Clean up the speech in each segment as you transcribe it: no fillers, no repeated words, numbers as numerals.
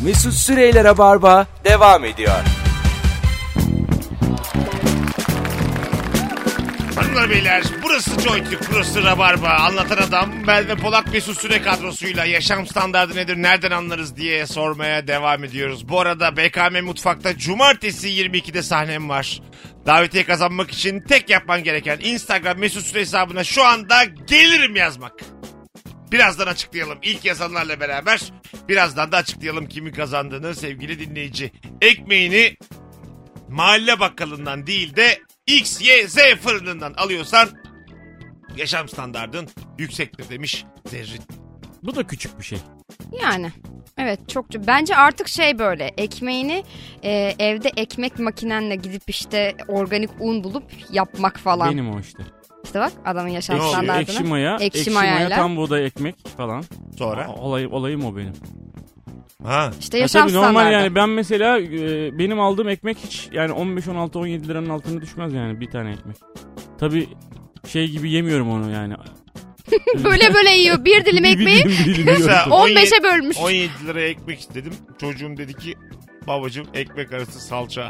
Mesut Süreyler'e barba devam ediyor. Hanımlar beyler, burası JoyTürk, burası Rabarba. Anlatan Adam Merve Polat Mesut Süre kadrosuyla yaşam standardı nedir, nereden anlarız diye sormaya devam ediyoruz. Bu arada BKM Mutfak'ta cumartesi 22'de sahnem var. Davetiye kazanmak için tek yapman gereken Instagram Mesut Süre hesabına şu anda gelirim yazmak. Birazdan açıklayalım ilk yazanlarla beraber. Birazdan da açıklayalım kimin kazandığını sevgili dinleyici. Ekmeğini mahalle bakkalından değil de XYZ fırınından alıyorsan yaşam standardın yüksektir demiş Zerrin. Bu da küçük bir şey. Yani evet çok. Bence artık böyle ekmeğini evde ekmek makinenle gidip işte organik un bulup yapmak falan. Benim o işte. İşte bak adamın yaşam Ne oluyor? standartını. Ekşi maya, mayayla. tam buğday ekmek falan. Sonra? Olayım o benim. Ha. İşte yaşam tabii standardı. normal yani ben mesela benim aldığım ekmek hiç yani 15, 16, 17 liranın altına düşmez yani bir tane ekmek. Tabii şey gibi yemiyorum onu yani. böyle yiyor bir dilim ekmeği. Mesela 15'e bölmüş. 17 liraya ekmek istedim. Çocuğum dedi ki babacığım ekmek arası salça.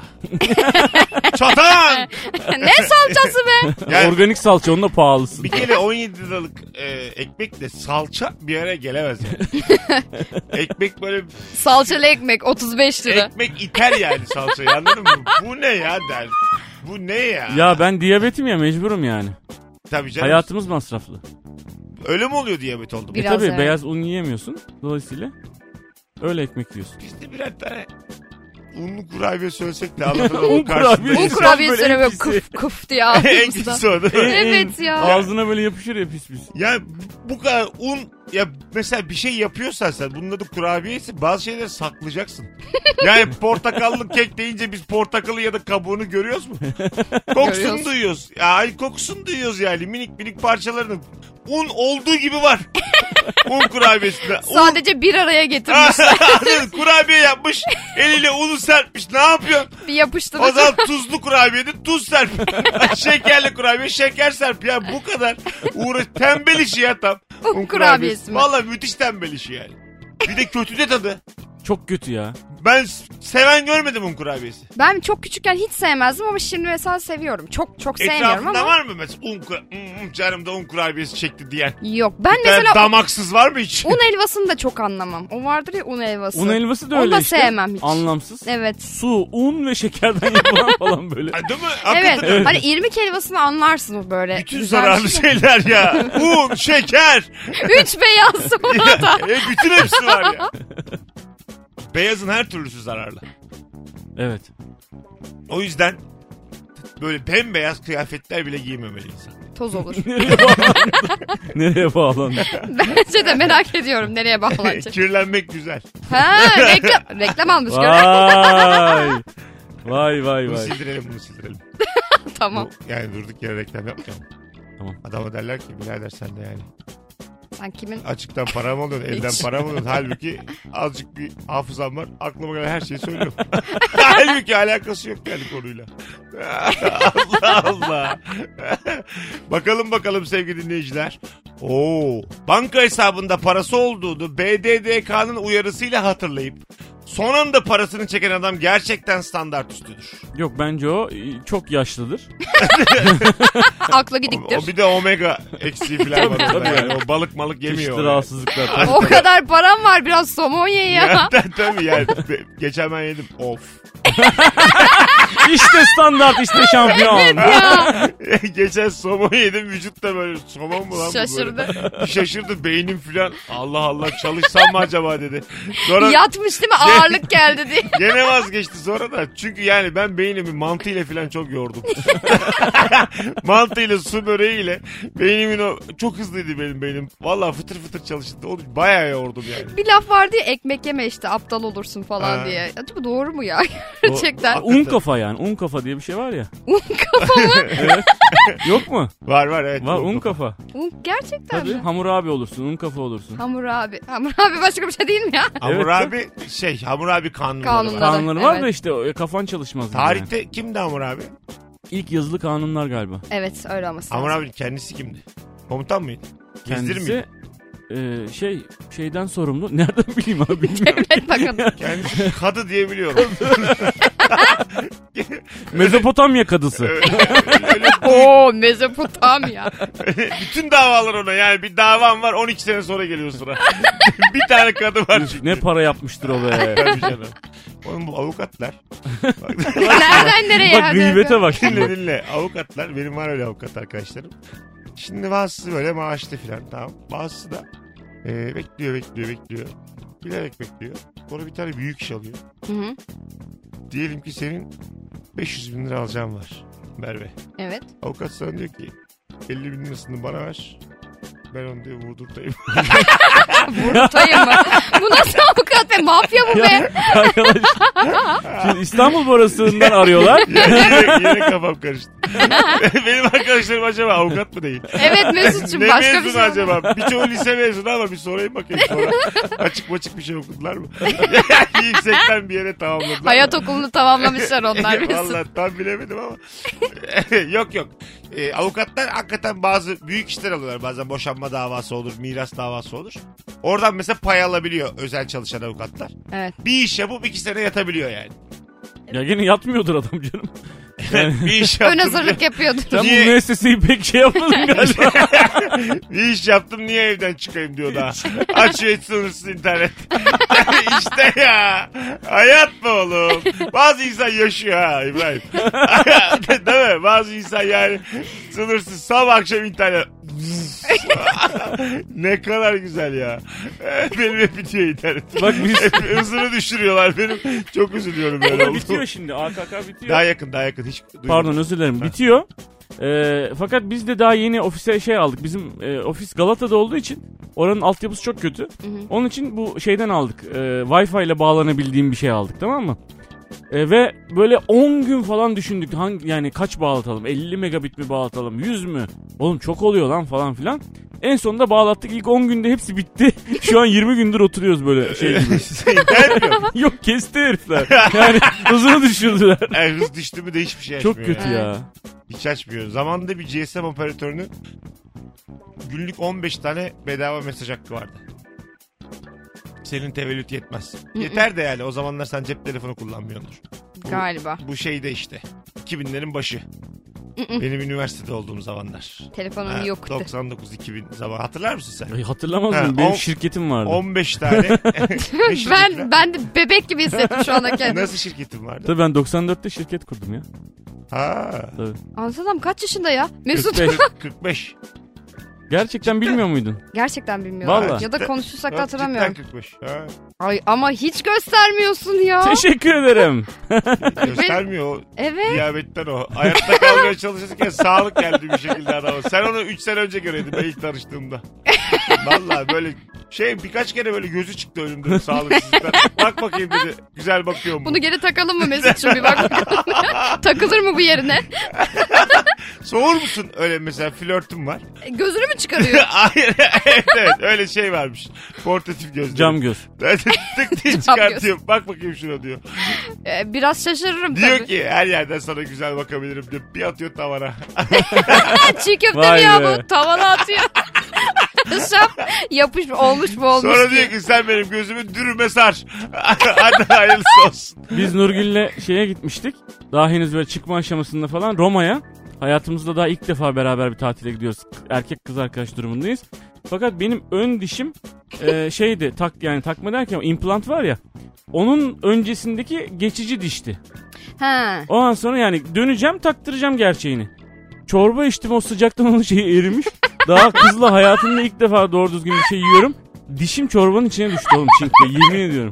Çatan! Ne salçası be? Yani Organik salça onun da pahalısı. bir kere 17 liralık ekmekle salça bir araya gelemez yani. Ekmek böyle Salçalı ekmek 35 lira. ekmek iter yani salçayı, anladın mı? Bu ne ya der. Bu ne ya? Ya ben diyabetim ya mecburum yani. Tabii canım. Hayatımız masraflı. Öyle mi oluyor diyabet oldu mu? Biraz Tabii evet. beyaz un yiyemiyorsun. Dolayısıyla öyle ekmek yiyorsun. Biz de birer tane unlu kurabiye söylesek de anlatalım. Un kurabiye. Bu kurabiye Böyle süre en böyle pisi. kıf kıf diye En ağzımızda. kötüsü o değil mi? Evet ya. Ağzına böyle yapışır ya pis pis. Ya bu kadar un, ya mesela bir şey yapıyorsan sen bunun adı kurabiyesi, bazı şeyleri saklayacaksın. Yani portakallı kek deyince biz portakalı ya da kabuğunu görüyoruz mu? Kokusunu Görüyoruz. duyuyoruz. Ya ay kokusunu duyuyoruz yani, minik minik parçalarını. Un olduğu gibi var. Un kurabiyesinde. Sadece bir araya getirmişler. Kurabiye yapmış. Eliyle unu serpmiş. Ne yapıyorsun? Bir yapıştırıcı. O zaman tuzlu kurabiyede tuz serp. Şekerli kurabiye şeker serp. Ya bu kadar uğraş. Tembel işi ya tam. Un kurabiyesi mi? Valla müthiş tembel işi yani. Bir de kötü de tadı. Çok kötü ya. Ben seven görmedim un kurabiyesi. Ben çok küçükken hiç sevmezdim ama şimdi mesela seviyorum. Çok sevmiyorum Etrafında ama. var mı mesela canım da un kurabiyesi çekti diyen? Yok. Ben Yani mesela damaksız var mı hiç? un helvasını da çok anlamam. O vardır ya un helvası. Un helvası da Onu öyle da işte. sevmem hiç. Anlamsız. Evet. Su, un ve şekerden yapılan falan böyle. Ha, değil mi? Evet. Hakikaten öyle. Hani irmik helvasını anlarsın o böyle. Bütün güzel bir zararlı şey. şeyler ya. Un, şeker. 3 beyaz sonra da. Bütün hepsi var ya. Beyazın her türlüsü zararlı. Evet. O yüzden böyle bembeyaz kıyafetler bile giymemeli insan. Toz olur. Nereye bağlandı? Bence de merak ediyorum nereye bağlanacak. Kirlenmek güzel. Ha reklam almış. Vay. Vay Bunu vay. sildirelim. Tamam. Bu, yani durduk yere reklam yapmayalım. Tamam. Adama derler ki birader sen de yani. Sen kimin? Açıktan para mı alıyorsun, elden Hiç. para mı alıyorsun? Halbuki azıcık bir hafızam var. Aklıma gelen her şeyi söylüyorum. Halbuki alakası yok yani konuyla. Allah Allah. Bakalım sevgili dinleyiciler. Banka hesabında parası olduğunu BDDK'nın uyarısıyla hatırlayıp son anda parasını çeken adam gerçekten standart üstüdür. Yok bence o çok yaşlıdır. Akla gidiktir. O bir de omega eksiği falan var. Tabii, orada tabii. yani. O balık yemiyor. Çeşitli yani. rahatsızlıklar. O kadar param var biraz somon ye ya. Tabii yani. Geçen ben yedim. Of. İşte standart, işte şampiyon. Ya. Geçen somon yedim. Vücutta böyle somon mu lan bu Şaşırdı. böyle? Bir şaşırdı beynim filan. Allah Allah çalışsam mı acaba dedi. Sonra Yatmış değil mi? Ağırlık geldi diye. gene vazgeçti sonra da. Çünkü yani ben beynimi mantıyla filan çok yordum. Mantıyla, su böreğiyle beynimin o çok hızlıydı benim beynim. Vallahi fıtır fıtır çalıştı. O bayağı yordum yani. Bir laf vardı ya ekmek yeme işte aptal olursun falan Ha. diye. Acaba doğru mu ya? Gerçekten. Un kafa yani. Un kafa diye bir şey var ya. Un kafa mı? Evet. Yok mu? Var evet. Var un kafa. Un gerçekten Tabii mi? hamur abi olursun. Un kafa olursun. Hamur abi. Hamur abi başka bir şey değil mi ya? Hamur Evet. abi Hamur abi kanunları Kanunları. var. Kanunları var da Evet. işte kafan çalışmaz. gibi yani. Tarihte kimdi Hamur abi? İlk yazılı kanunlar galiba. Evet öyle olması Hamur lazım. abi kendisi kimdi? Komutan mıydı? Gezdir Kendisi miydi? şeyden sorumlu. Nereden bileyim abi bilmiyorum. Evet bakın. Kendisi kadı diye biliyorum. Mezopotamya kadısı. Öyle Oo Mezopotamya. bütün davalar ona, yani bir davam var 12 sene sonra geliyor sıra. Bir tane kadı var çünkü. Ne para yapmıştır o be. Tabii canım. Oğlum bu avukatlar. Nereden nereye? Bak gıybete bak. Dinle dinle. Avukatlar, benim var öyle avukat arkadaşlarım. Şimdi bazısı böyle maaşlı falan, tamam. Bazısı da bekliyor. Bilerek bekliyor. Sonra bir tane büyük iş alıyor. Hı hı. Diyelim ki senin 500 bin lira alacağın var Merve. Evet. Avukat sana diyor ki 50 bin lirasını bana ver. Ben onu diyor vurdurtayım. Vurtayım mı? Bu nasıl avukat be? Mafya bu be. Arkadaş. Şimdi İstanbul Borsası'ndan arıyorlar. Yine kafam karıştı. Benim arkadaşlarım acaba avukat mı değil? Evet Mesut'cum Ne başka bir mezunu şey acaba? Birçoğu lise mezunu ama bir sorayım bakayım sonra. Açık bir şey okudular mı? Yüksekten bir yere tamamladılar. Hayat okulunu tamamlamışlar onlar Mesut. Vallahi tam bilemedim ama. Yok. Avukatlar hakikaten bazı büyük işler alıyorlar. Bazen boşanma davası olur, miras davası olur. Oradan mesela pay alabiliyor özel çalışan avukatlar. Evet. Bir iş yapıp 2 sene yatabiliyor yani. Ya gene yatmıyordur adam canım. Yani, Bir iş Ön yaptım. hazırlık yapıyordur. sen bu Niye? müesseseyi pek şey yapmadın galiba. Bir iş yaptım, niye evden çıkayım diyor daha. Açıyor hiç sınırsız internet. İşte ya. Hayat mı oğlum? Bazı insan yaşıyor ha İbrahim. Değil mi? Bazı insan yani sınırsız sabah akşam internet. Ne kadar güzel ya. Benim hep bitiyor internet. Bak biz... Hızını düşürüyorlar benim. Çok üzülüyorum böyle oldu. bitiyor şimdi. AKK bitiyor. Daha yakın. Hiç duymadım. Pardon özür dilerim. Bitiyor. Fakat biz de daha yeni ofise aldık. Bizim ofis Galata'da olduğu için oranın altyapısı çok kötü. Hı hı. Onun için bu şeyden aldık. Wi-Fi ile bağlanabildiğim bir şey aldık, tamam mı? Ve böyle 10 gün falan düşündük. Yani kaç bağlatalım? 50 megabit mi bağlatalım? 100 mü? Oğlum çok oluyor lan falan filan. En sonunda bağlattık. İlk 10 günde hepsi bitti. Şu an 20 gündür oturuyoruz böyle şey gibi. Yok kesti herifler. Yani hızını düşürdüler. Hız düştü mü de hiçbir şey açmıyor. Çok kötü yani. ya. Hiç açmıyor. Zamanında bir GSM operatörünün günlük 15 tane bedava mesaj hakkı vardı. Senin tevellüt yetmez. Yeter de yani, o zamanlar sen cep telefonu kullanmıyordur. Galiba. Bu şeyde işte 2000'lerin başı. Benim üniversitede olduğum zamanlar. Telefonum yoktu. 99-2000 zaman. Hatırlar mısın sen? Hatırlamaz Ha, mıyım? Benim şirketim vardı. 15 tane. Ne şirketi lan? ben de bebek gibi hissettim şu anda kendimi. Nasıl şirketim vardı? Tabii ben 94'te şirket kurdum ya. Ha. Tabii. Anlatam kaç yaşında ya? Mesut. 45. 45. Gerçekten bilmiyor muydun? Gerçekten bilmiyorum. Vallahi. Ya da konuşursak da hatırlamıyorum. Cidden 45. Ha. Ay ama hiç göstermiyorsun ya. Teşekkür ederim. Göstermiyor o. Evet. Diyabetten o. Hayatta kalmaya çalışırken sağlık geldi bir şekilde adama. Sen onu 3 sene önce göreydin ben ilk tanıştığımda. Vallahi böyle birkaç kere böyle gözü çıktı önümde sağlıksızlıktan. Bak bakayım dedi. Güzel bakıyor mu? Bunu geri takalım mı Mesut'cum bir bak. Takılır mı bu yerine? Soğur musun? Öyle mesela flörtüm var. Gözünü mü çıkarıyor? Hayır. Evet öyle şey varmış. Portatif gözlü. Cam göz. Tık diye çıkartıyor. Bak bakayım şuna diyor. Biraz şaşırırım Diyor tabii. ki her yerden sana güzel bakabilirim diyor. Bir atıyor tavana. Çiğ köfte Vay mi ya be. bu? Tavana atıyor. Şap yapış mı olmuş mu olmuş Sonra diye. diyor ki sen benim gözümü dürüme sar. Hadi hayırlısı olsun. Biz Nurgül'le şeye gitmiştik. Daha henüz böyle çıkma aşamasında falan Roma'ya. Hayatımızda daha ilk defa beraber bir tatile gidiyoruz. Erkek kız arkadaş durumundayız. Fakat benim ön dişim şeydi yani takma derken implant var ya. Onun öncesindeki geçici dişti. Ha. Ondan sonra yani döneceğim taktıracağım gerçeğini. Çorba içtim o sıcaktan onun şeyi erimiş. Daha kızla hayatımda ilk defa doğru düzgün bir şey yiyorum. Dişim çorbanın içine düştü oğlum çinkle yemin ediyorum.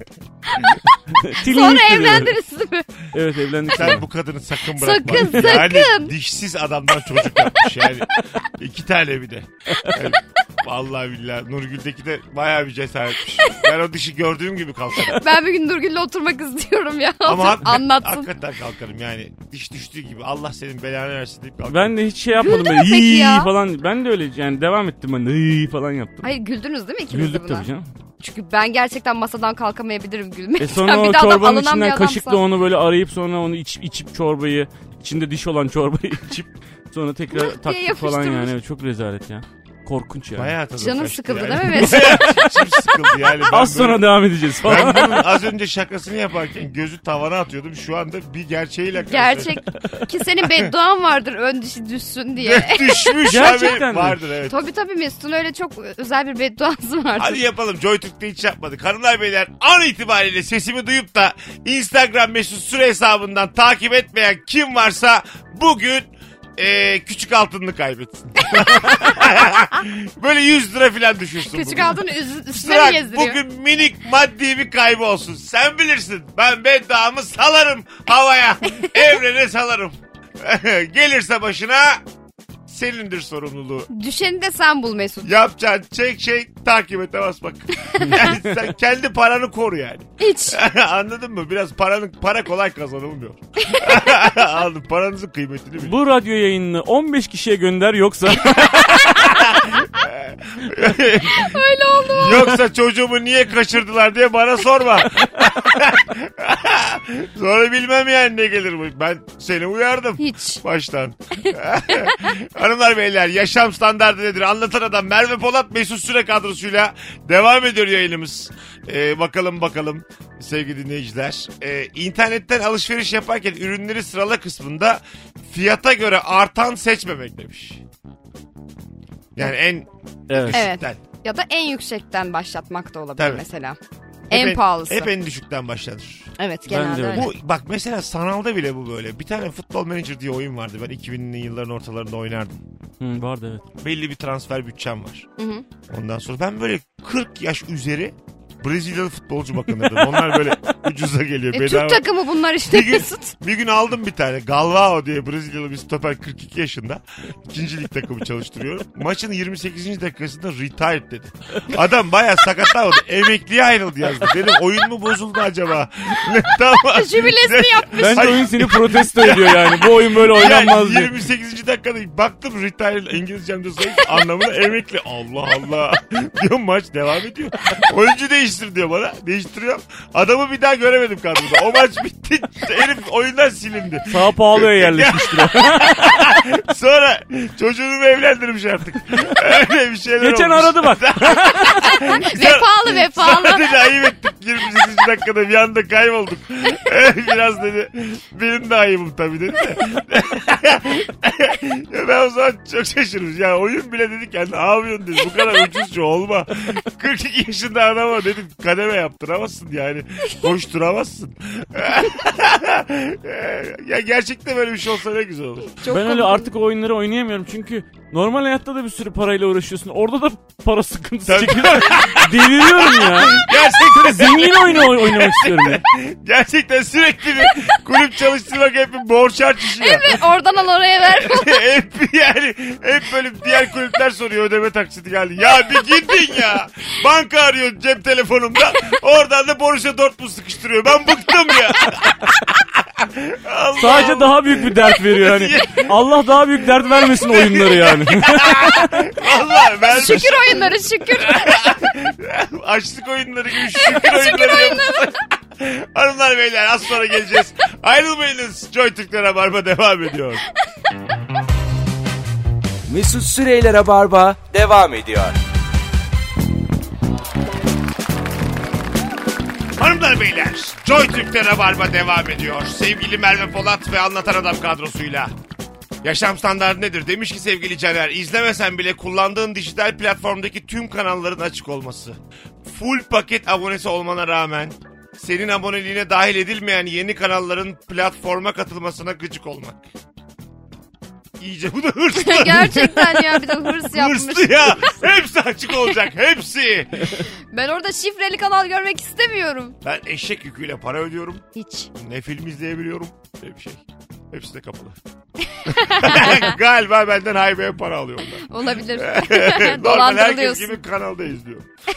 Sonra evlendiniz değil mi? Evet evlendik. Sen bu kadını sakın bırakma. Sakın, Yani sakın. dişsiz adamdan çocuk yapmış yani. 2 tane bir de. Yani, vallahi billahi Nurgül'deki de bayağı bir cesaretmiş. Ben o dişi gördüğüm gibi kalkarım. Ben bir gün Nurgül'le oturmak istiyorum ya. Ama Anlatsın. hakikaten kalkarım yani. Diş düştüğü gibi Allah senin belanı versin deyip kalkarım. Ben de hiç şey yapmadım. Güldün Böyle, mü peki "Hii" ya? falan. Ben de öyle yani devam ettim ben. "Hii" falan yaptım. Hayır güldünüz değil mi ikiniz de Güldük buna? tabii canım. Çünkü ben gerçekten masadan kalkamayabilirim gülmekten. Sonra bir o de adam çorbanın alınan bir içinden adamsa. kaşıkla onu böyle arayıp sonra onu içip çorbayı, içinde diş olan çorbayı içip sonra tekrar taktık falan yapıştırmış. yani. Evet, çok rezalet ya. Korkunç yani. Bayağı tadı Canın kaçtı sıkıldı yani. değil mi Mesut? İçim sıkıldı yani. Ben Az sonra devam edeceğiz falan. Ben bunun az önce şakasını yaparken gözü tavana atıyordum. Şu anda bir gerçeğiyle Gerçek ki senin bedduan vardır ön dişi düşsün diye. düşmüş Gerçekten abi. mi? Vardır evet. Tabii Mesut'un öyle çok özel bir bedduası vardır. Hadi yapalım. JoyTürk'te hiç yapmadık. Hanımlar beyler an itibariyle sesimi duyup da Instagram Mesut Süre hesabından takip etmeyen kim varsa bugün küçük altınını kaybetsin. Böyle 100 lira falan düşürsün. Küçük bugün. altını üstüne Sıra mi gezdiriyor? bugün minik maddi bir kaybı olsun. Sen bilirsin. Ben bedduamı salarım havaya. Evrene salarım. Gelirse başına senindir sorumluluğu. Düşeni de sen bul Mesut. Yapacağın tek şey takip et basmak. Yani sen kendi paranı koru yani. Hiç. Anladın mı? Biraz para kolay kazanılmıyor. Anladım. Paranızın kıymetini bilin. Bu radyo yayınını 15 kişiye gönder yoksa Öyle oldu mu? Yoksa çocuğumu niye kaçırdılar diye bana sorma. Sonra bilmem yani ne gelir bu. Ben seni uyardım. Hiç. Baştan. Hanımlar beyler yaşam standardı nedir? Anlatan adam Merve Polat Mesut Süre kadrosuyla devam ediyor yayınımız. Bakalım sevgili dinleyiciler. İnternetten alışveriş yaparken ürünleri sırala kısmında fiyata göre artan seçmemek demiş. Yani en evet. düşükten. Ya da en yüksekten başlatmak da olabilir Tabii. mesela. Hep En pahalısı. Hep en düşükten başlanır. Evet Ben de genelde öyle. öyle. Bu bak mesela sanalda bile bu böyle. Bir tane Football Manager diye oyun vardı. Ben 2000'li yılların ortalarında oynardım. Vardı evet. Belli bir transfer bütçem var. Hı hı. Ondan sonra ben böyle 40 yaş üzeri Brezilyalı futbolcu bakınırdım. Onlar böyle ucuza geliyor. Türk takımı bunlar işte Bir gün, Mesut. bir gün aldım bir tane. Galvao diye Brezilyalı bir stoper 42 yaşında. 2. lig takımı çalıştırıyorum. Maçın 28. dakikasında retired dedi. Adam bayağı sakatlanmadı. Emekliye ayrıldı yazdı. Dedim oyun mu bozuldu acaba? Tamam. Jübilesini yapmış. Bence Hayır. oyun seni protesto ediyor yani. Bu oyun böyle oynanmaz diye. 28. dakikada baktım retired İngilizcemde zayıf anlamına emekli. Allah Allah. Diyor maç devam ediyor. Oyuncu değiştir diyor bana. Değiştiriyor. Adamı bir daha göremedim kadroda. O maç bitti. Herif oyundan silindi. Sao Paulo'ya yerleşmiştir o. Sonra çocuğunu evlendirmiş artık. Öyle bir şeyler Geçen olmuş. aradı bak. Vefalı. Sonra dedi ayıp ettik 28. dakikada bir anda kaybolduk. Biraz dedi benim de ayıbım tabii dedi de. Ya ben o zaman çok şaşırmış. Ya oyun bile dedik ya ne yapıyorsun dedi. Bu kadar ucuzca olma. 42 yaşında adama dedim kademe yaptıramazsın yani. Koşturamazsın. Ya gerçekten böyle bir şey olsa ne güzel olur. Çok Ben öyle komik. artık o oyunları oynayamıyorum çünkü normal hayatta da bir sürü parayla uğraşıyorsun. Orada da para sıkıntısı Tabii. çekiyor. Deliriyorum ya. Gerçekten Zengin oyunu oynamak istiyorum ya. gerçekten sürekli bir kulüp çalıştırmak hep bir borç harç işi ya. Oradan al oraya ver. hep yani hep böyle diğer kulüpler soruyor ödeme taksiti geldi. Ya bir gidin ya. Banka arıyor cep telefonumda. Oradan da Borussia Dortmund sıkıştırıyor. Ben bıktım ya. Allah Sadece Allah. daha büyük bir dert veriyor hani. Allah daha büyük dert vermesin oyunları yani. Allah ben Şükür oyunları şükür. açlık oyunları gibi şükür oyunları yapıyoruz. Hanımlar beyler az sonra geleceğiz. Ayrılmayınız. JoyTürk'te Rabarba devam ediyor. Mesut Süreyler'e barba devam ediyor. Hanımlar beyler JoyTürk'te Rabarba devam ediyor. Sevgili Merve Polat ve Anlatan Adam kadrosuyla. Yaşam standardı nedir? Demiş ki sevgili Caner, izlemesen bile kullandığın dijital platformdaki tüm kanalların açık olması. Full paket abonesi olmana rağmen senin aboneliğine dahil edilmeyen yeni kanalların platforma katılmasına gıcık olmak. İyice bu da hırslı. Gerçekten ya bir de hırs yapmış. Hırslı ya. Hepsi açık olacak. Hepsi. Ben orada şifreli kanal görmek istemiyorum. Ben eşek yüküyle para ödüyorum. Hiç. Ne film izleyebiliyorum ne bir şey. Hepsi de kapalı. Galiba benden haybeye para alıyor onlar. Olabilir. Normal herkes Dolandırılıyorsun. gibi kanalda izliyor.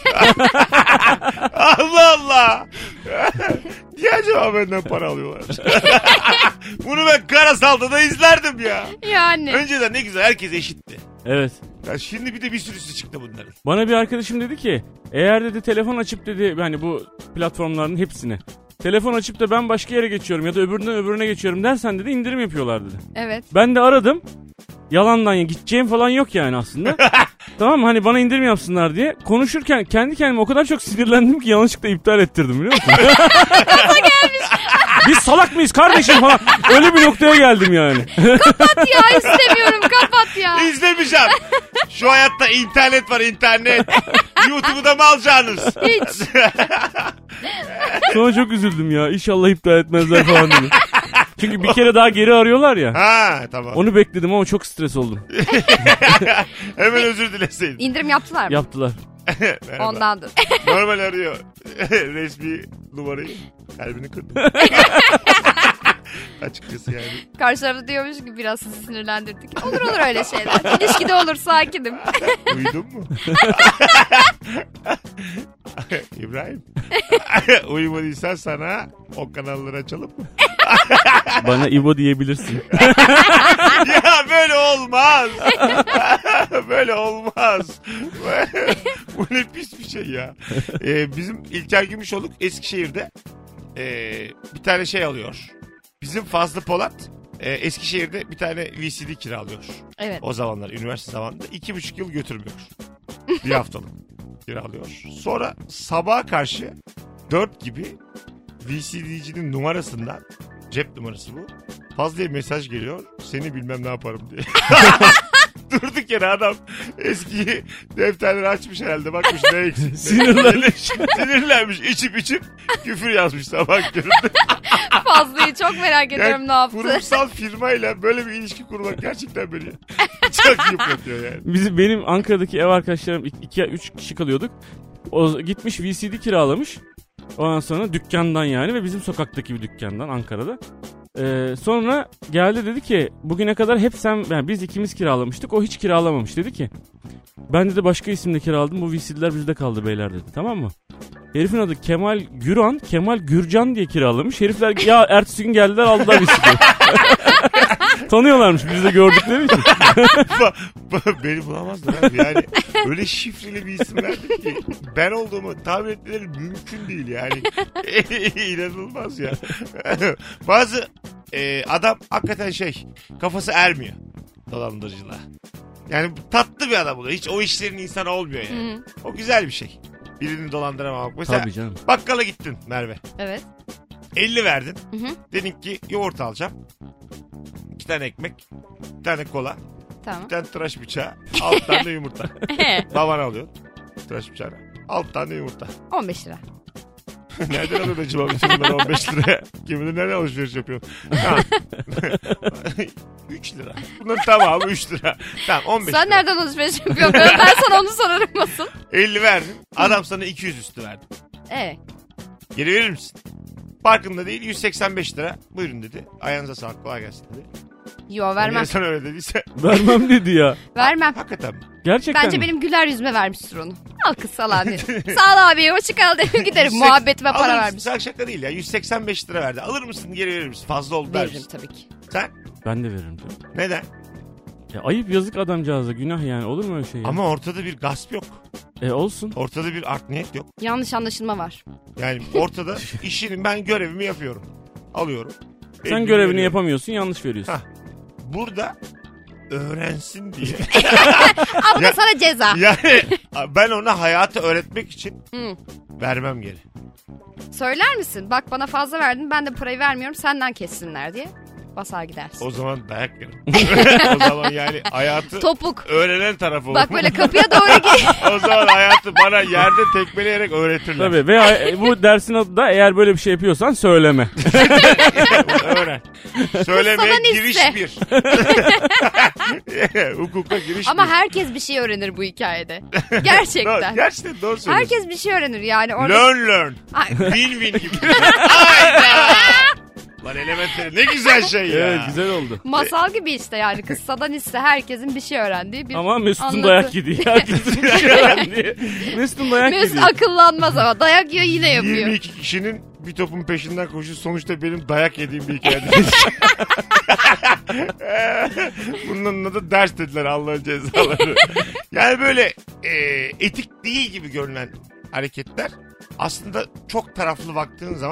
Allah Allah. Niye acaba benden para alıyorlar? Bunu ben Karasal'da da izlerdim ya. Yani. Önceden ne güzel herkes eşitti. Evet. Ya şimdi bir de bir sürüsü çıktı bunların. Bana bir arkadaşım dedi ki eğer dedi telefon açıp dedi yani bu platformların hepsini telefon açıp da ben başka yere geçiyorum ya da öbüründen öbürüne geçiyorum dersen dedi indirim yapıyorlar dedi. Evet. Ben de aradım. Yalandan ya gideceğim falan yok yani aslında. Tamam mı? Hani bana indirim yapsınlar diye. Konuşurken kendi kendime o kadar çok sinirlendim ki yanlışlıkla iptal ettirdim biliyor musun? Biz salak mıyız kardeşim falan. Öyle bir noktaya geldim yani. Kapat ya, istemiyorum, kapat ya. İzlemeyeceğim. Şu hayatta internet var, internet. YouTube'u da mı alacaksınız? Hiç. Sonra çok üzüldüm ya. İnşallah iptal etmezler falan dedim. Çünkü bir kere daha geri arıyorlar ya. Ha tamam. Onu bekledim ama çok stres oldum. Hemen özür dileseydin. İndirim yaptılar mı? Yaptılar. Merhaba. Ondandır. Normal arıyor. Resmi numarayı. Kalbini kırdım. Açıkçası yani. Karşı tarafı diyormuş ki biraz sizi sinirlendirdik. Olur öyle şeyler. İlişkide olur, sakinim. Uyudun mu? İbrahim. Uyumadıysan sana o kanalları açalım mı? Bana İbo diyebilirsin. Ya böyle olmaz. Böyle olmaz. Bu ne pis bir şey ya. Bizim İlker Gümüşoluk Eskişehir'de bir tane şey alıyor. Bizim Fazlı Polat Eskişehir'de bir tane VCD kiralıyor. Evet. O zamanlar üniversite zamanında 2,5 yıl götürmüyor. Bir haftalık kiralıyor. Sonra sabaha karşı 4 gibi VCD'cinin numarasından, cep numarası bu, Fazlı'ya mesaj geliyor. Seni bilmem ne yaparım diye. Durduk yere adam eski defterleri açmış herhalde, bakmış ne eksik. Sinirlenmiş içip küfür yazmış sabah köründe. Fazlıyı çok merak ediyorum, ne yaptı? Kurumsal firmayla böyle bir ilişki kurmak gerçekten beni çok yıpratıyor yani. Benim Ankara'daki ev arkadaşlarım 2-3 kişi kalıyorduk. O gitmiş VCD kiralamış. Ondan sonra dükkandan yani, ve bizim sokaktaki bir dükkandan Ankara'da. Sonra geldi, dedi ki bugüne kadar hep yani biz ikimiz kiralamıştık, o hiç kiralamamış. Dedi ki ben de başka isimle kiraladım, bu VCD'ler bizde kaldı beyler dedi, tamam mı? Herifin adı Kemal Güran, Kemal Gürcan diye kiralamış. Herifler ya ertesi gün geldiler, aldılar VCD'yi. Tanıyorlarmış bizi de gördükleri için. Beni bulamazlar abi. Yani öyle şifreli bir isim verdim ki ben olduğumu tahmin etmeleri mümkün değil yani. İnanılmaz ya. Bazı adam hakikaten kafası ermiyor dolandırıcılığa. Yani tatlı bir adam oluyor. Hiç o işlerin insanı olmuyor yani. O güzel bir şey. Birini dolandıramamak. Mesela Tabii canım. bakkala gittin Merve. Evet. 50 verdin. Hı. Dedin ki yoğurt alacağım. 2 tane ekmek. 1 tane kola. Tamam. 1 tane tıraş bıçağı. 6 tane de yumurta. Babana alıyorsun. Tıraş bıçağına. 6 tane de yumurta. 15 lira. Nereden alıyorsun acaba bütün bunları 15 liraya? Kim bilir nereden alışveriş yapıyorsun? 3 lira. Bunların tamamı 3 lira. Tamam 15 Sen lira. nereden alışveriş yapıyorsun? Ben sana onu sorarım nasıl? 50 verdin. Adam sana 200 üstü verdi. Geri verir misin? Farkında değil, 185 lira. Buyurun dedi. Ayağınıza sağlık, kolay gelsin dedi. Yo, vermem. Niye sana öyle dediyse? Vermem dedi ya. Vermem. Hakikaten mi? Gerçekten Bence mi? benim güler yüzüme vermiştir onu. Al kız sağ derim. Sağ ol abi, hoşça kal derim, giderim. Muhabbetime para Alır vermiş. mısın? Şaka değil ya. 185 lira verdi. Alır mısın, geri verir misin? Fazla oldu der Veririm misin? tabii ki. Sen? Ben de veririm canım. Neden? Ya ayıp, yazık adamcağıza, günah yani, olur mu öyle şey ya? Ama ortada bir gasp yok. Olsun. Ortada bir art niyet yok. Yanlış anlaşılma var. Yani ortada işinin, ben görevimi yapıyorum. Alıyorum. Sen Elbimi görevini veriyorum. yapamıyorsun, yanlış veriyorsun. Hah. Burada öğrensin diye. Ama da sana ceza. Yani ben ona hayatı öğretmek için vermem geri. Söyler misin? Bak bana fazla verdin, ben de parayı vermiyorum, senden kessinler diye. Basar gidersin. O zaman dayak yerim. O zaman yani hayatı Topuk. öğrenen taraf olur. Bak böyle kapıya doğru gel. O zaman hayatı bana yerde tekmeleyerek öğretirler. Tabii, ve bu dersin adı da eğer böyle bir şey yapıyorsan söyleme. Öğren. Söylemeye Kısadan giriş hisse. 1. Hukuka giriş Ama 1. herkes bir şey öğrenir bu hikayede. Gerçekten. Gerçekten doğru söylüyorsun. Herkes bir şey öğrenir yani. Orada... Learn. Ay. Win gibi. Hayda. Lan Elementary ne güzel şey ya. Evet, güzel oldu. Masal gibi işte yani, kıssadan hisse herkesin bir şey öğrendiği bir Ama Mesut'un anlatı. dayak yediği. Herkesin bir şey öğrendiği. Mesut'un dayak Mesut yediği. akıllanmaz ama dayak yiyor, yine yapıyor. 22 kişinin bir topun peşinden koşuyor. Sonuçta benim dayak yediğim bir hikayede. Bunun adı ders dediler, Allah'ın cezaları. Yani böyle etik değil gibi görünen hareketler aslında çok taraflı baktığın zaman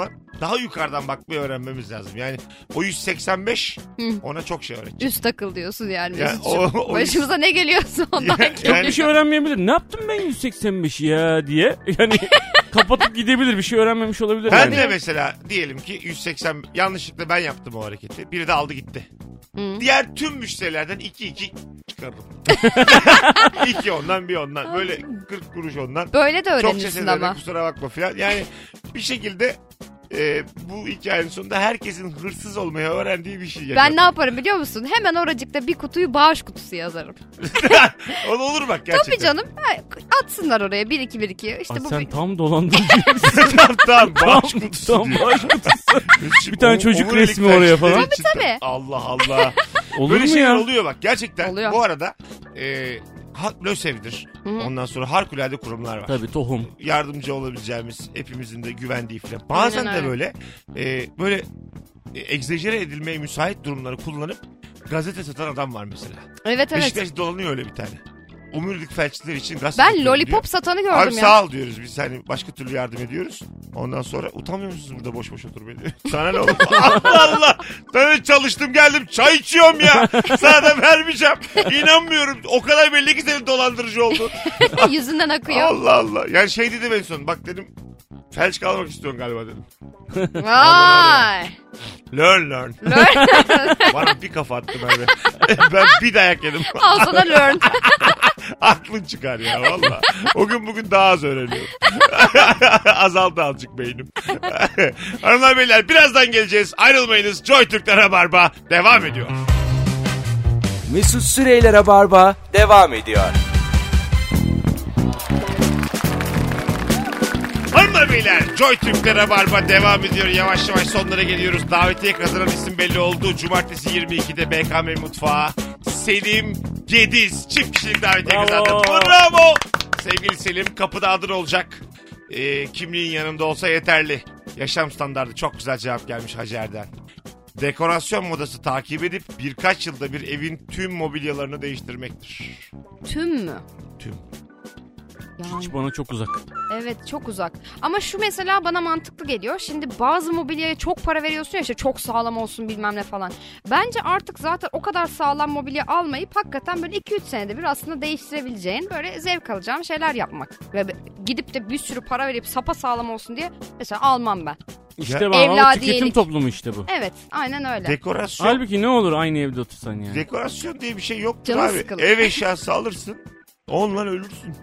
daha yukarıdan bakmayı öğrenmemiz lazım. Yani o 185 ona çok şey öğretecek. Üst takıl diyorsun yani. Ya, Mesut'cum. Başımıza ne geliyorsa ondan Ya, geliyor. Çok bir şey öğrenmeyebilir. Ne yaptım ben 185'i ya diye. Yani kapatıp gidebilir. Bir şey öğrenmemiş olabilir. Ben yani. de mesela diyelim ki 180 yanlışlıkla ben yaptım o hareketi. Biri de aldı gitti. Diğer tüm müşterilerden 2 çıkarırım. 2 ondan bir ondan. Böyle 40 kuruş ondan. Böyle de Çok öğrenirsin seslerine ama. kusura bakma filan. Yani bir şekilde bu hikayenin sonunda herkesin hırsız olmayı öğrendiği bir şey. Ben ne yaparım biliyor musun? Hemen oracıkta bir kutuyu bağış kutusu yazarım. O da olur bak gerçekten. Tabii canım. Atsınlar oraya 1-2-1-2. İşte Aa, bu sen tam dolandırıcı. Tamam bağış kutusu. Tam diyor. bağış kutusu. Bir tane çocuk Omurilik resmi oraya falan. felçleri için- Tabii. Allah Allah. Olur Böyle mu şeyler ya? oluyor bak gerçekten. Oluyor. Bu arada LÖSEV'dir. Ondan sonra harikulade kurumlar var. Tabii tohum. Yardımcı olabileceğimiz, hepimizin de güvendiği falan. Bazen Aynen de öyle. böyle egzajere edilmeye müsait durumları kullanıp gazete satan adam var mesela. Evet evet. Beşiktaş dolanıyor öyle bir tane. Omurilik felçliler için gazete Ben satıyorum lollipop diyor. satanı gördüm Abi ya. sağ ol diyoruz biz hani başka türlü yardım ediyoruz. Ondan sonra utanmıyor musunuz burada boş boş oturmaya diyor. Sana ne olur? Allah Allah. Ben çalıştım geldim çay içiyorum ya. Sana da vermeyeceğim. İnanmıyorum. O kadar belli ki senin dolandırıcı oldun. Yüzünden akıyor. Allah Allah. Yani şey dedim en son. Bak dedim felç kalmak istiyorsun galiba dedim. Vay. Learn. Bana bir kafa attı Merve. Ben bir dayak yedim. Al sana learn. Aklın çıkar ya valla. O gün bugün daha az öğreniyorum. Azaldı azıcık beynim. Hanımlar beyler birazdan geleceğiz. Ayrılmayınız. Joy Türk'te Rabarba devam ediyor. Mesut Süreyler'e barba devam ediyor. Hanımlar beyler Joy Türk'te Rabarba devam ediyor. Yavaş yavaş sonlara geliyoruz. Davetiye kazanan isim belli oldu. Cumartesi 22'de BKM Mutfağı. Selim Gediz çift kişilik davetiye Bravo. kazandı. Bravo. Sevgili Selim kapıda adın olacak. Kimliğin yanında olsa yeterli. Yaşam standardı çok güzel cevap gelmiş Hacer'den. Dekorasyon modası takip edip birkaç yılda bir evin tüm mobilyalarını değiştirmektir. Tüm mü? Tüm. Yani, Hiç bana çok uzak. evet çok uzak. Ama şu mesela bana mantıklı geliyor. Şimdi bazı mobilyaya çok para veriyorsun ya işte çok sağlam olsun bilmem ne falan. Bence artık zaten o kadar sağlam mobilya almayıp hakikaten böyle 2-3 senede bir aslında değiştirebileceğin böyle zevk alacağın şeyler yapmak. Ve gidip de bir sürü para verip sapa sağlam olsun diye mesela almam ben. İşte bak o Evladiyelik. tüketim toplumu işte bu. Evet aynen öyle. Dekorasyon. Halbuki ne olur aynı evde otursan yani. Dekorasyon diye bir şey yok Canı abi. sıkılır. Ev eşyası alırsın. Onunla ölürsün.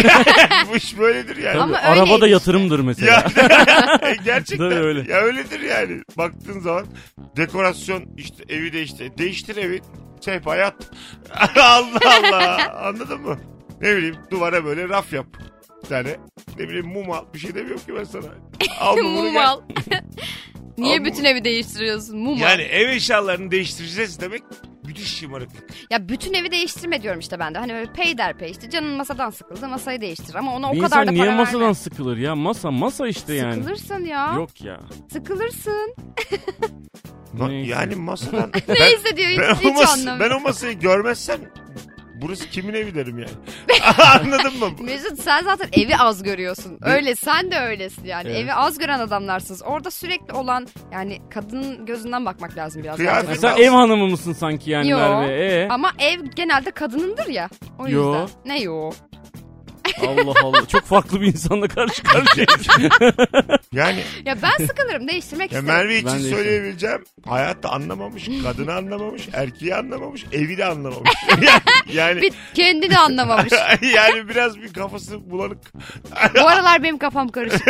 Bu iş böyledir yani. Ama Tabii, arabada öyleydi yatırımdır mesela. Ya, gerçekten Tabii öyle. ya öyledir yani. Baktığın zaman dekorasyon işte evi değiştir evi sehpa yat. Allah Allah anladın mı? Ne bileyim duvara böyle raf yap. Bir tane ne bileyim mum al bir şey demiyorum ki ben sana. Al mumunu Mum gel. al. Niye Al bütün evi değiştiriyorsun? Mum Yani al. ev eşyalarını değiştireceğiz demek müthiş şımarıklık. Ya bütün evi değiştirme diyorum işte ben de. Hani böyle peyderpey işte canın masadan sıkıldı masayı değiştir. Ama ona o Bir kadar da insan para niye masadan verme. sıkılır ya? Masa işte yani. Sıkılırsın ya. Yok ya. Sıkılırsın. Neyse. Yani masadan Neyse diyor hiç anlamıyorum. ben o masayı görmezsem burası kimin evi derim yani. Anladın mı? Mesut sen zaten evi az görüyorsun. Öyle sen de öylesin yani. Evet. Evi az gören adamlarsınız. Orada sürekli olan yani kadının gözünden bakmak lazım biraz. Kıyafet bence. Sen ev hanımı mısın sanki yani Yo. Merve? Ama ev genelde kadınındır ya. O Yo. yüzden. Ne yo? Allah Allah. Çok farklı bir insanla karşı karşıyayız. Yani Ya ben sıkılırım değiştirmek ya isterim. Merve için Ben de söyleyebileceğim hayatta anlamamış, kadını anlamamış, erkeği anlamamış, evi de anlamamış. yani Bir kendini anlamamış. yani biraz bir kafası bulanık. Bu aralar benim kafam karışık.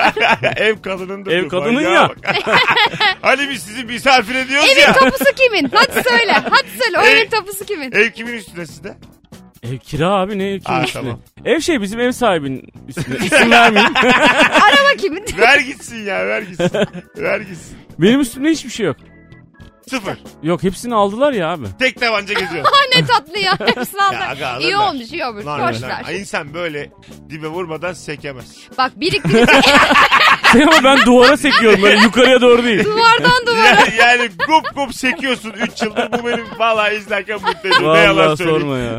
Ev kadınındır. Ev diyor. kadının Manyağa ya. bak. Hani biz sizi misafir ediyoruz Evin ya. tapusu kimin? Hadi söyle. Hadi söyle. O Ev- evin tapusu kimin? Ev kimin üstüne sizde? Ev kira abi ne ev kimin Aa, üstüne? tamam. Ev şey bizim ev sahibinin üstüne. İsim vermeyeyim. Araba kimin? Ver gitsin ya ver gitsin. Ver gitsin. Benim üstümde hiçbir şey yok. Sıfır. Yok hepsini aldılar ya abi. Tek tabanca geziyor. Ne tatlı ya. Hepsini Ya, aldılar. aga, İyi alırlar. olmuş iyi olmuş. Lan Boş öyle. ver. İnsan böyle dibe vurmadan sekemez. Bak biriktirip Ama ben duvara sekiyorum böyle yukarıya doğru değil. duvardan duvara. Yani gup gup sekiyorsun 3 yıldır bu benim vallahi izlerken mutluyum. Ne yalan Vallahi söyleyeyim. sorma ya.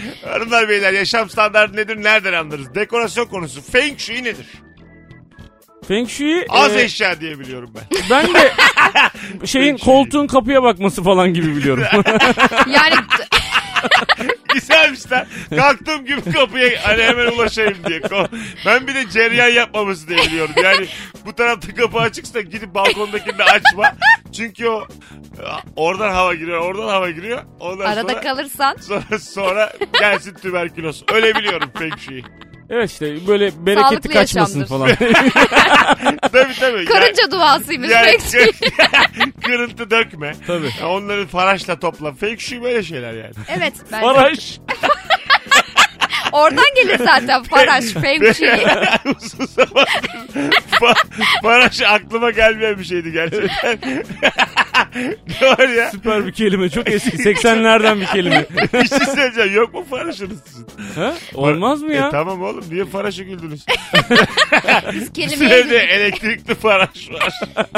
Hanımlar beyler yaşam standartı nedir nereden anlarız? Dekorasyon konusu. Feng Shui nedir? Feng Shui Az eşya diye biliyorum ben. ben de şeyin koltuğun kapıya bakması falan gibi biliyorum. Yani Güzelmiş lan. Kalktığım gibi kapıya hani hemen ulaşayım diye. Ben bir de cereyan yapmaması diye biliyorum. Yani bu tarafta kapı açıksa gidip balkondakini de açma. Çünkü o oradan hava giriyor, oradan hava giriyor. Ondan arada kalırsan. sonra gelsin tüberküloz. Öyle biliyorum Feng Shui'yi. Evet işte böyle bereketi Sağlıklı kaçmasın yaşamdır. falan. Tabii. Karınca duasıymış Feng Shui. Kırıntı dökme. Tabii. Onları faraşla topla. Feng Shui böyle şeyler yani. Evet. Bence. Faraş. Oradan gelir zaten faraş Feng Shui. Uzun zamandır faraş aklıma gelmeyen bir şeydi gerçekten. Ne var ya? Süper bir kelime. Çok eski. 80'lerden bir kelime. Bir şey söyleyeceğim. Yok mu faraşınız sizin? Ha? Olmaz mı ya? Tamam oğlum. Niye faraşa güldünüz? Biz Bizim kelimeye evde elektrikli faraş var.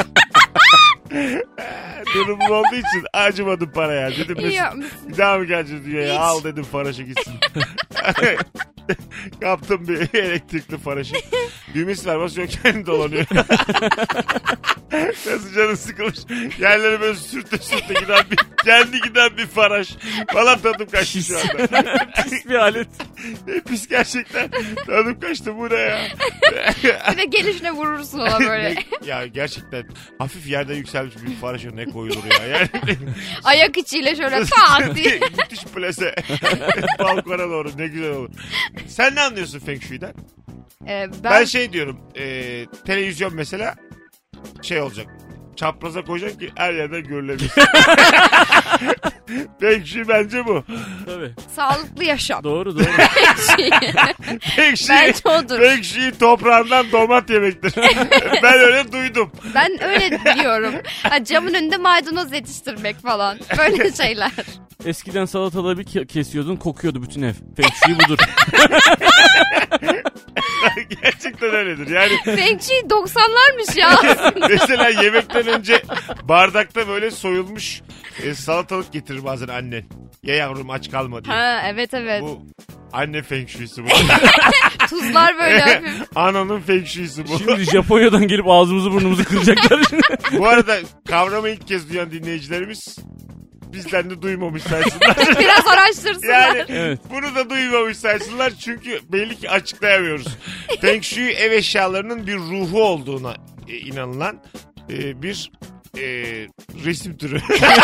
Durumum olduğu için acımadım paraya. Dedim İyi Mesut, yapmışsın. bir daha mı geleceğiz dünyaya? Hiç. Al dedim faraşa gitsin. Kaptım bir elektrikli faraşı. Düğmesi var, basıyor kendi dolanıyor. Nasıl canın sıkılmış. Yerleri böyle sürte kendi giden bir faraş. Valla tadım kaçtı şu anda. Pis bir alet. Pis gerçekten. Tadım kaçtı, bu ne ya? Bir de gelişine vurursun ona böyle. Ya gerçekten hafif yerde yükselmiş bir faraşa ne koyulur ya. Yani Ayak içiyle şöyle tak diye. müthiş plase. Balkona doğru ne güzel olur. Sen ne anlıyorsun Feng Shui'den? Ben şey diyorum. Televizyon mesela şey olacak. Çapraza koyacaksın ki her yerden görülebilir. Feng Shui bence bu. Tabii. Sağlıklı yaşam. Doğru. Feng Shui. Feng Shui, Bence odur. Feng Shui toprağından domat yemektir. Ben öyle duydum. Ben öyle biliyorum. Ha, camın önünde maydanoz yetiştirmek falan. Böyle şeyler. Eskiden salatalığı bir kesiyordun, kokuyordu bütün ev. Feng Shui budur. Gerçekten öyledir. Yani Feng Shui 90'larmış ya. mesela yemekten önce bardakta böyle soyulmuş salatalık getirir bazen annen. Ye yavrum aç kalma diye. Ha, evet. Bu anne Feng Shui'si bu. Tuzlar böyle hafif. Ananın Feng Shui'si bu. Şimdi Japonya'dan gelip ağzımızı burnumuzu kıracaklar. Bu arada kavramı ilk kez duyan dinleyicilerimiz bizden de duymamış saysınlar. Biraz araştırsınlar. Yani Evet. bunu da duymamış saysınlar çünkü belli ki açıklayamıyoruz. Feng Shui ev eşyalarının bir ruhu olduğuna inanılan bir resim türü.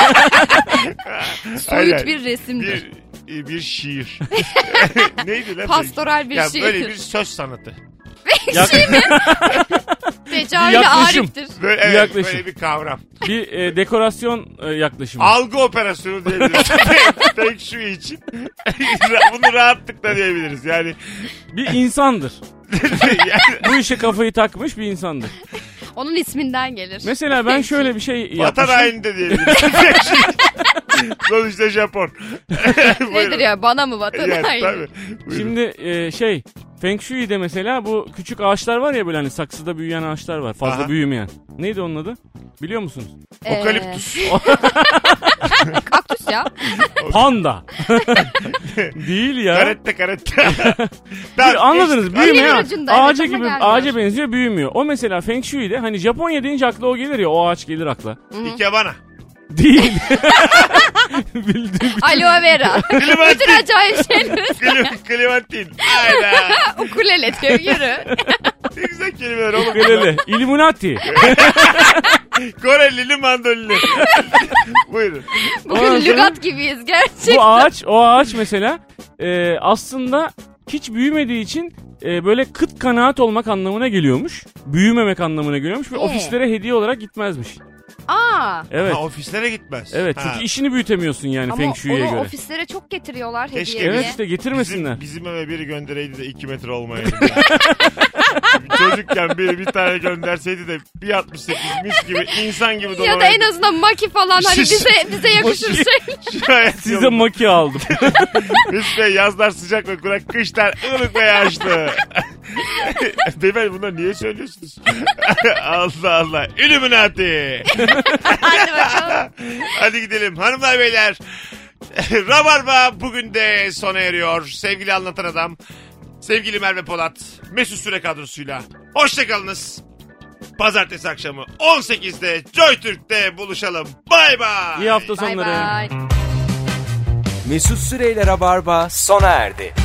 Soyut bir resimdir. Bir şiir. Neydi lan? Pastoral bir ya şiir. böyle bir söz sanatı. Feng Shui mi? Tecavüle Yaklaşım. ariftir. Böyle, evet, Yaklaşım. böyle bir kavram. Bir dekorasyon yaklaşımı. Algı operasyonu diyebiliriz. Feng Shui için. Bunu rahatlıkla diyebiliriz. Yani, Bir insandır. yani Bu işe kafayı takmış bir insandır. Onun isminden gelir. Mesela ben şöyle bir şey vatan yapmışım. haini de diyebiliriz. Feng Shui. Sonuçta Japon. Nedir ya, bana mı vatan Yani, haini? tabii. Buyurun. Şimdi Feng Shui'de mesela bu küçük ağaçlar var ya, böyle hani saksıda büyüyen ağaçlar var. Fazla Aha. büyümeyen. Neydi onun adı? Biliyor musunuz? Okaliptüs. Kaktüs ya. Panda. Değil ya. Karette. Anladınız, büyümeyen Elimin ucunda, evet, ağaca ama gibi, gelmiyor. ağaca benziyor, büyümüyor. O mesela Feng Shui'de hani Japonya deyince akla o gelir ya, o ağaç gelir akla. Ikebana. Değil. Bildiğim Aloe vera. Bütün acayip şeyler. Clementine. Hayda. Ukulele diyor, yürü. Ne güzel kelimeler oğlum. Ukulele. Illuminati. Korelili mandolini. Buyurun. Bugün Ondan sonra- lügat gibiyiz gerçekten. O ağaç mesela aslında hiç büyümediği için böyle kıt kanaat olmak anlamına geliyormuş. Büyümemek anlamına geliyormuş ve ofislere hediye olarak gitmezmiş. Aa. Evet. Ha, ofislere gitmez. Evet, Ha. çünkü işini büyütemiyorsun yani Ama Feng Shui'ye onu göre. ofislere çok getiriyorlar Keşke hediye Evet diye. işte getirmesinler. Bizim eve biri göndereydi de 2 metre olmayaydı. Çocukken biri bir tane gönderseydi de 1.68 mis gibi insan gibi Ya da dolanaydı. en azından maki falan hani bize yakışır şey. Şu hayat Size yolunda. maki aldım. Mesut Bey, yazlar sıcak ve kurak, kışlar ılık ve yağışlı. Beyefendi bunları niye söylüyorsunuz? Allah Allah. Illuminati. Hadi bakalım. Hadi gidelim hanımlar beyler. Rabarba bugün de sona eriyor. Sevgili Anlatan Adam, sevgili Merve Polat, Mesut Süre kadrosuyla. Hoşçakalınız. Pazartesi akşamı 18'de JoyTürk'te buluşalım. Bay bay. İyi hafta Bay sonları. bay. Mesut Süreyler'e barba sona erdi.